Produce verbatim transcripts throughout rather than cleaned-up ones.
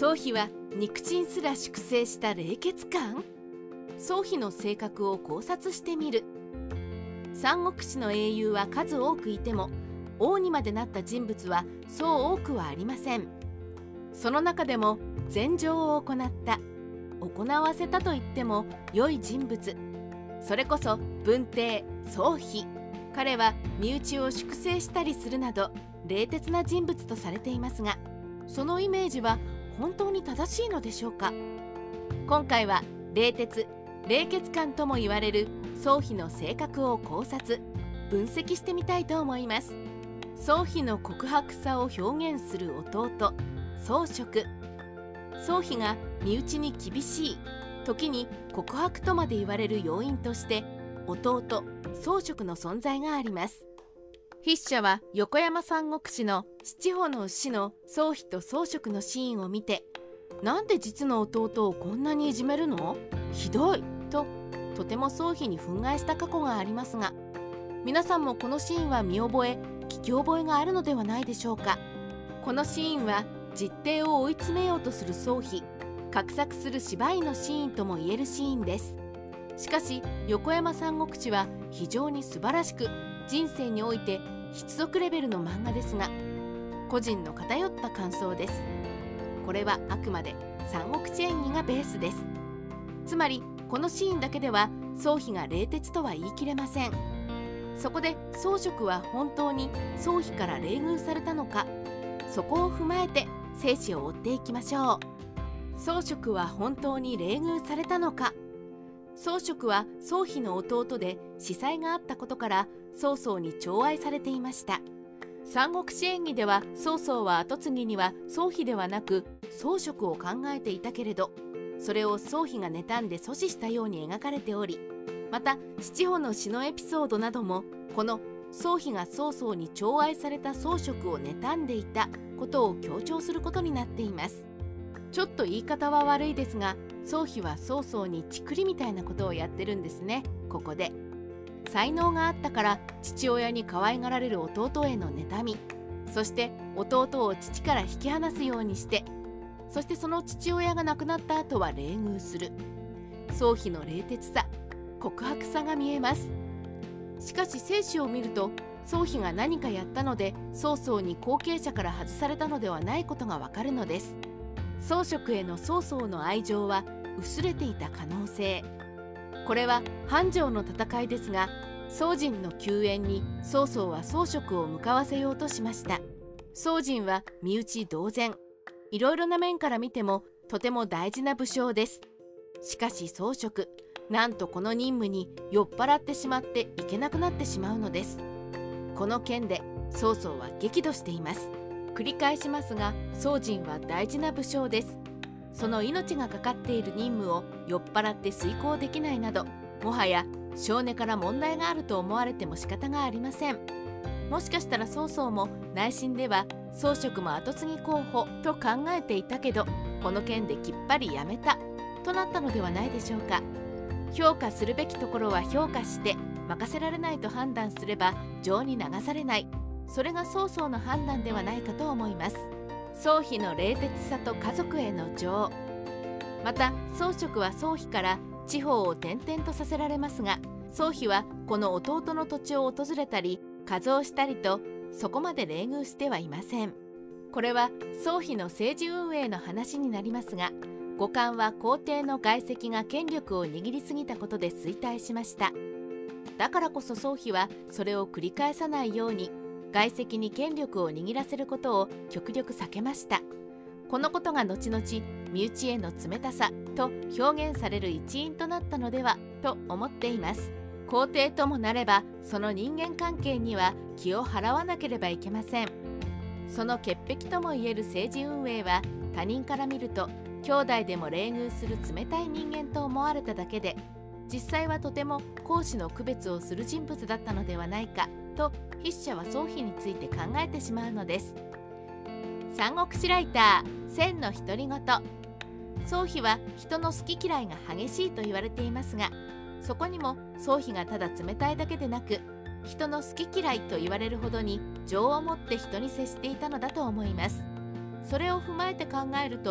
宗妃は肉親すら粛清した冷血感。宗妃の性格を考察してみる。三国志の英雄は数多くいても王にまでなった人物はそう多くはありません。その中でも禅譲を行った行わせたと言っても良い人物、それこそ文帝宗妃。彼は身内を粛清したりするなど冷徹な人物とされていますが、そのイメージは本当に正しいのでしょうか。今回は冷徹冷血感とも言われる宗妃の性格を考察分析してみたいと思います。宗妃の告白さを表現する弟宗職。宗妃が身内に厳しい、時に告白とまで言われる要因として弟宗職の存在があります。筆者は横山三国志の七穂の死の宗妃と宗職のシーンを見て、なんで実の弟をこんなにいじめるの？ひどいととても宗妃に憤慨した過去がありますが、皆さんもこのシーンは見覚え聞き覚えがあるのではないでしょうか。このシーンは実弟を追い詰めようとする宗妃、画策する芝居のシーンともいえるシーンです。しかし横山三国志は非常に素晴らしく人生において必読レベルの漫画ですが、個人の偏った感想です。これはあくまで三国志演義がベースです。つまりこのシーンだけでは宗妃が冷徹とは言い切れません。そこで宗職は本当に宗妃から冷遇されたのか、そこを踏まえて生死を追っていきましょう。宗職は本当に冷遇されたのか。宗職は宗妃の弟で司祭があったことから曹操に寵愛されていました。三国志演義では曹操は跡継ぎには宗妃ではなく宗職を考えていたけれど、それを宗妃が妬んで阻止したように描かれており、また七穂の死のエピソードなどもこの宗妃が曹操に寵愛された宗職を妬んでいたことを強調することになっています。ちょっと言い方は悪いですが、宗妃は曹操にチクリみたいなことをやってるんですね。ここで才能があったから父親に可愛がられる弟への妬み、そして弟を父から引き離すようにして、そしてその父親が亡くなった後は冷遇する。宗妃の冷徹さ、告白さが見えます。しかし正史を見ると宗妃が何かやったので曹操に後継者から外されたのではないことがわかるのです。宗職への曹操の愛情は薄れていた可能性。これは繁盛の戦いですが、宗人の救援に曹操は宗職を向かわせようとしました。宗人は身内同然、いろいろな面から見てもとても大事な武将です。しかし宗職、なんとこの任務に酔っ払ってしまっていけなくなってしまうのです。この件で曹操は激怒しています。繰り返しますが、宗人は大事な武将です。その命がかかっている任務を酔っ払って遂行できないなど、もはや性根から問題があると思われても仕方がありません。もしかしたら曹操も内心では宗職も跡継ぎ候補と考えていたけど、この件できっぱりやめたとなったのではないでしょうか。評価するべきところは評価して任せられないと判断すれば情に流されない、それが曹操の判断ではないかと思います。宗妃の冷徹さと家族への情。また宗職は宗妃から地方を転々とさせられますが、宗妃はこの弟の土地を訪れたり加増したりとそこまで冷遇してはいません。これは宗妃の政治運営の話になりますが、後漢は皇帝の外戚が権力を握りすぎたことで衰退しました。だからこそ宗妃はそれを繰り返さないように外戚に権力を握らせることを極力避けました。このことが後々身内への冷たさと表現される一因となったのではと思っています。皇帝ともなればその人間関係には気を払わなければいけません。その潔癖ともいえる政治運営は他人から見ると兄弟でも冷遇する冷たい人間と思われただけで、実際はとても公私の区別をする人物だったのではないかと筆者は宗妃について考えてしまうのです。三国志ライター千の独り言。宗妃は人の好き嫌いが激しいと言われていますが、そこにも宗妃がただ冷たいだけでなく、人の好き嫌いと言われるほどに情を持って人に接していたのだと思います。それを踏まえて考えると、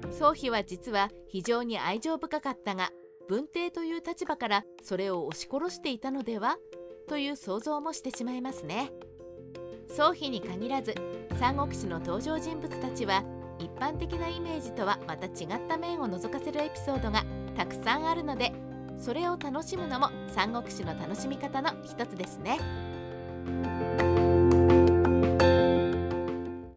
宗妃は実は非常に愛情深かったが、文帝という立場からそれを押し殺していたのではという想像もしてしまいますね。宗妃に限らず三国志の登場人物たちは一般的なイメージとはまた違った面を覗かせるエピソードがたくさんあるので、それを楽しむのも三国志の楽しみ方の一つですね。